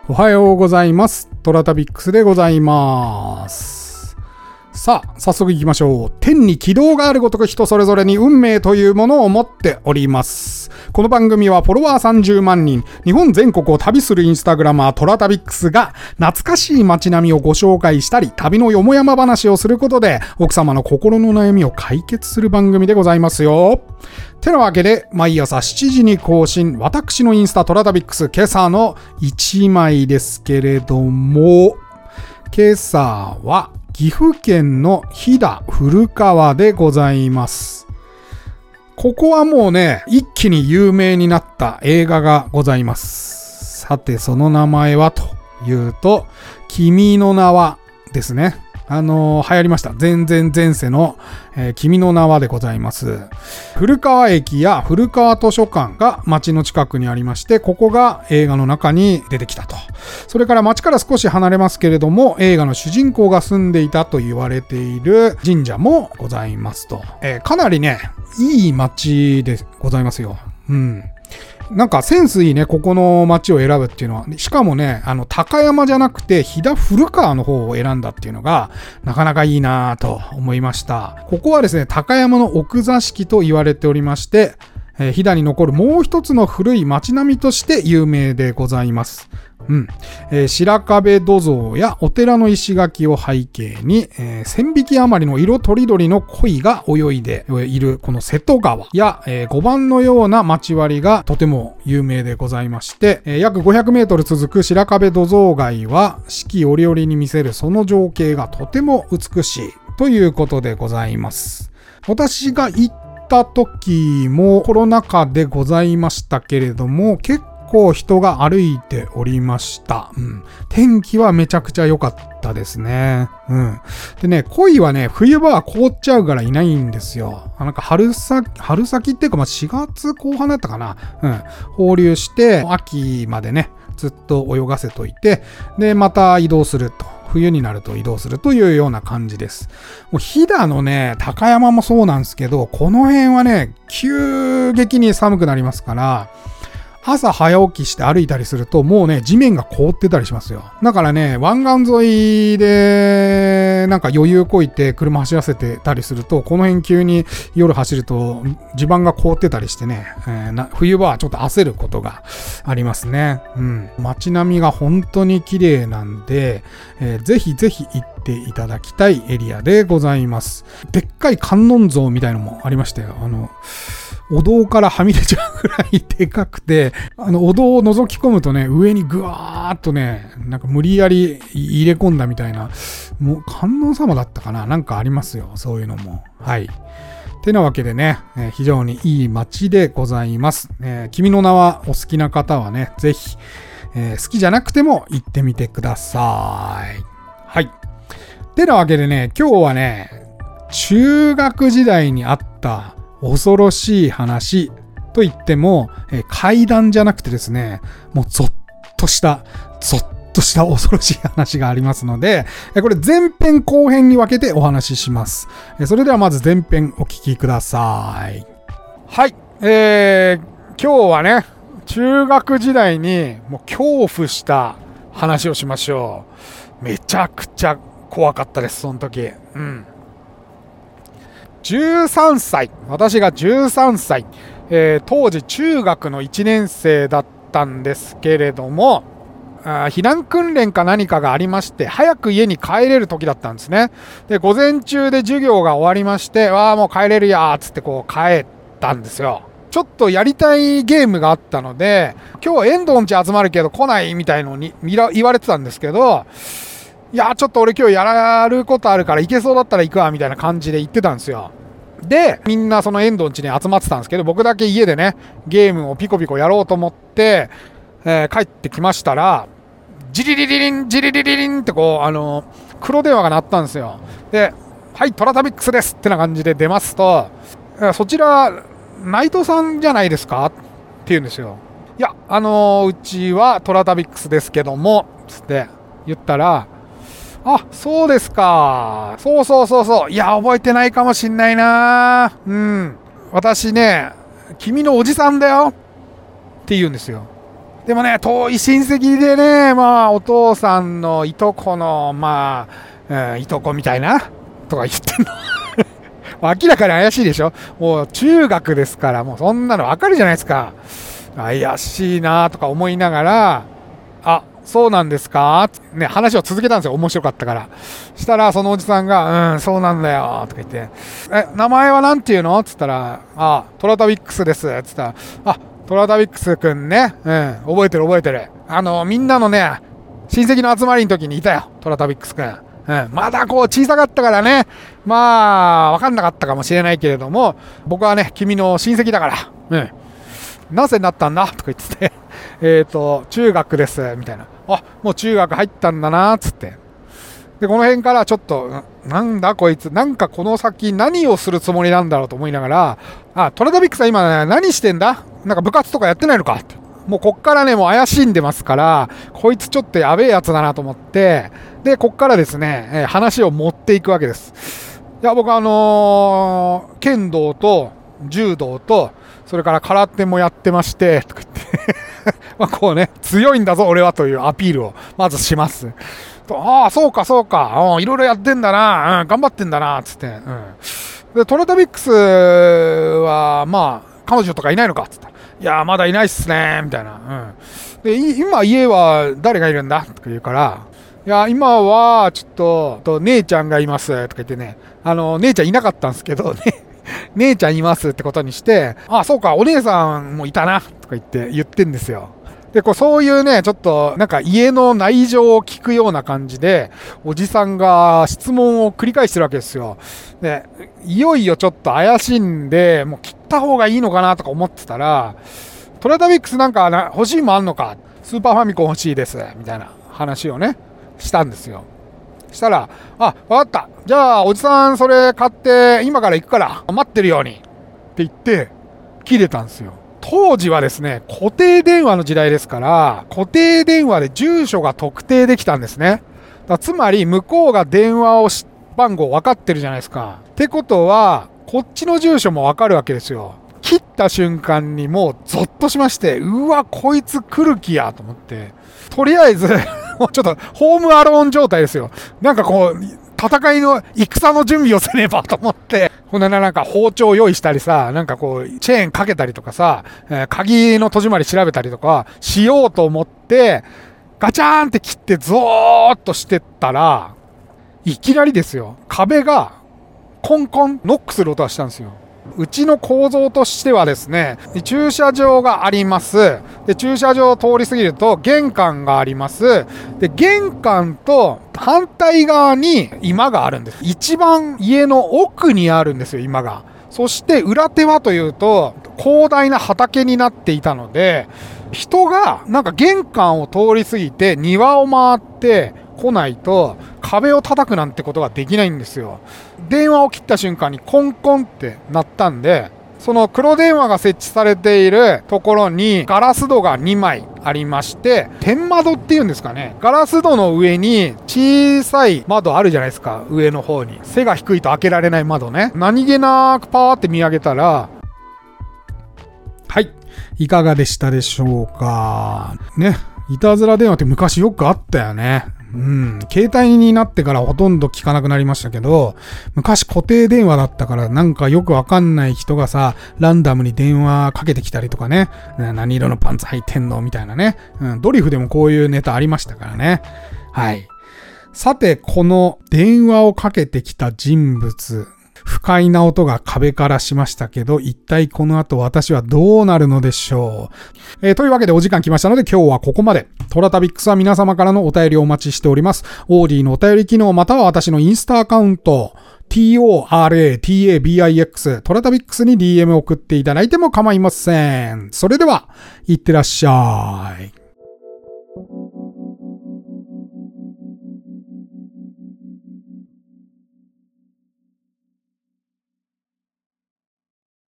おはようございます。トラタビックスでございます。さあ、早速行きましょう。天に軌道があるごとく人それぞれに運命というものを持っております。この番組はフォロワー30万人、日本全国を旅するインスタグラマートラタビックスが懐かしい街並みをご紹介したり、旅のよもやま話をすることで奥様の心の悩みを解決する番組でございますよ。てなわけで、毎朝7時に更新、私のインスタトラタビックス、今朝の1枚ですけれども、今朝は岐阜県の飛騨古川でございます。ここはもうね、一気に有名になった映画がございます。さて、その名前はというと、君の名はですね。流行りました。前世の、君の名はでございます。古川駅や古川図書館が街の近くにありまして、ここが映画の中に出てきたと。それから街から少し離れますけれども、映画の主人公が住んでいたと言われている神社もございますと。かなりね、いい街でございますよ。うん。なんかセンスいいね、ここの街を選ぶっていうのは。しかもね、高山じゃなくて飛騨古川の方を選んだっていうのが、なかなかいいなぁと思いました。ここはですね、高山の奥座敷と言われておりまして、飛騨に残るもう一つの古い街並みとして有名でございます。白壁土蔵やお寺の石垣を背景に、1000匹余りの色とりどりの鯉が泳いでいるこの瀬戸川や、碁盤のような街割りがとても有名でございまして、約500メートル続く白壁土蔵街は四季折々に見せるその情景がとても美しいということでございます。私が行った時もコロナ禍でございましたけれども、結構人が歩いておりました。天気はめちゃくちゃ良かったですね。でね、鯉はね、冬場は凍っちゃうからいないんですよ。なんか春先っていうか、4月後半だったかな。放流して、秋までね、ずっと泳がせといて、で、また移動すると。冬になると移動するというような感じです。もう飛騨のね、高山もそうなんですけど、この辺はね、急激に寒くなりますから、朝早起きして歩いたりするともうね、地面が凍ってたりしますよ。だからね、湾岸沿いでなんか余裕こいて車走らせてたりすると、この辺急に夜走ると地盤が凍ってたりしてね、冬場はちょっと焦ることがありますね。街並みが本当に綺麗なんで、ぜひぜひ行っていただきたいエリアでございます。でっかい観音像みたいのもありましたよ。お堂からはみ出ちゃうぐらいでかくて、お堂を覗き込むとね、上にぐわーっとね、なんか無理やり入れ込んだみたいな、もう観音様だったかな、なんかありますよ、そういうのも。はい。てなわけでね、非常にいい街でございます。君の名はお好きな方はね、ぜひ、好きじゃなくても行ってみてください。はい。てなわけでね、今日はね、中学時代にあった恐ろしい話と言っても、怪談じゃなくてですね、もうゾッとした恐ろしい話がありますので、これ前編後編に分けてお話しします。それではまず前編お聞きください。はい、今日はね、中学時代にもう恐怖した話をしましょう。めちゃくちゃ怖かったです、その時。13歳。私が13歳。当時中学の1年生だったんですけれども、避難訓練か何かがありまして、早く家に帰れる時だったんですね。で、午前中で授業が終わりまして、もう帰れるやーっつってこう帰ったんですよ。ちょっとやりたいゲームがあったので、今日遠藤んち集まるけど来ないみたいのに言われてたんですけど、いやちょっと俺今日やることあるから行けそうだったら行くわみたいな感じで言ってたんですよ。で、みんなその遠藤んちに集まってたんですけど、僕だけ家でね、ゲームをピコピコやろうと思って、帰ってきましたら、ジリリリリンジリリリリンってこう黒電話が鳴ったんですよ。で、はい、トラタビックスですってな感じで出ますと、そちら内藤さんじゃないですかって言うんですよ。いや、うちはトラタビックスですけどもつって言ったら、あ、そうですか。そう。いや、覚えてないかもしんないな。私ね、君のおじさんだよって言うんですよ。 でもね、遠い親戚でね、まあ、お父さんのいとこの、まあ、いとこみたいな、とか言ってんの。明らかに怪しいでしょ。もう中学ですから、もうそんなのわかるじゃないですか。怪しいなとか思いながら、あ、そうなんですかね、話を続けたんですよ。面白かったから。したら、そのおじさんが、そうなんだよ、とか言って、名前はなんていうのつったら、トラタビックスです。つったら、トラタビックスくんね、覚えてる覚えてる。みんなのね、親戚の集まりの時にいたよ、トラタビックスくん。まだこう小さかったからね、まあ、わかんなかったかもしれないけれども、僕はね、君の親戚だから、なぜなったんだとか言ってて、中学です、みたいな。もう中学入ったんだな、つって。で、この辺からちょっと、なんだこいつ、なんかこの先何をするつもりなんだろうと思いながら、トラタビックさん今、ね、何してんだなんか部活とかやってないのかって。もうこっからね、もう怪しんでますから、こいつちょっとやべえやつだなと思って、で、こっからですね、話を持っていくわけです。いや、僕剣道と柔道と、それから空手もやってまして、とか言ってまあこうね、強いんだぞ俺はというアピールをまずします。そうかそうか、いろいろやってんだな、頑張ってんだな、つって。で、トラタビックスは、まあ、彼女とかいないのかつって。いや、まだいないっすね、みたいな。で、今家は誰がいるんだとか言うから、いや、今は、ちょっと、姉ちゃんがいます、とか言ってね、姉ちゃんいなかったんですけど、ね、姉ちゃんいますってことにして、そうか、お姉さんもいたな、とか言ってんですよ。で、そういうね、ちょっと、なんか家の内情を聞くような感じで、おじさんが質問を繰り返してるわけですよ。で、いよいよちょっと怪しいんで、もう切った方がいいのかなとか思ってたら、トラタビックスなんか欲しいもんあんのかスーパーファミコン欲しいです。みたいな話をね、したんですよ。したら、わかった。じゃあ、おじさんそれ買って今から行くから待ってるように。って言って、切れたんですよ。当時はですね、固定電話の時代ですから、固定電話で住所が特定できたんですね。つまり、向こうが電話を番号分かってるじゃないですか。ってことは、こっちの住所も分かるわけですよ。切った瞬間にもうゾッとしまして、うわ、こいつ来る気やと思って、とりあえず、もうちょっとホームアローン状態ですよ。なんかこう、戦いの戦の準備をせねばと思って、ほんならなんか包丁用意したりさ、なんかこう、チェーンかけたりとかさ、鍵の戸締まり調べたりとかしようと思って、ガチャーンって切ってゾーっとしてったら、いきなりですよ、壁がコンコンノックする音がしたんですよ。うちの構造としてはですね、駐車場があります。で、駐車場を通り過ぎると玄関があります。で、玄関と反対側に居間があるんです。一番家の奥にあるんですよ、居間が。そして裏手はというと、広大な畑になっていたので、人がなんか玄関を通り過ぎて庭を回って来ないと壁を叩くなんてことができないんですよ。電話を切った瞬間にコンコンって鳴ったんで、その黒電話が設置されているところにガラス戸が2枚ありまして、天窓っていうんですかね。ガラス戸の上に小さい窓あるじゃないですか、上の方に。背が低いと開けられない窓ね。何気なくパーって見上げたら、はい。いかがでしたでしょうか。ね。いたずら電話って昔よくあったよね。携帯になってからほとんど聞かなくなりましたけど、昔固定電話だったからなんかよくわかんない人がさ、ランダムに電話かけてきたりとかね、何色のパンツ履いてんのみたいなね、ドリフでもこういうネタありましたからね。はい。さて、この電話をかけてきた人物、不快な音が壁からしましたけど、一体この後私はどうなるのでしょう。というわけでお時間来ましたので今日はここまで。トラタビックスは皆様からのお便りをお待ちしております。オーディのお便り機能または私のインスタアカウント、TORATABIX トラタビックスに DM を送っていただいても構いません。それでは、いってらっしゃい。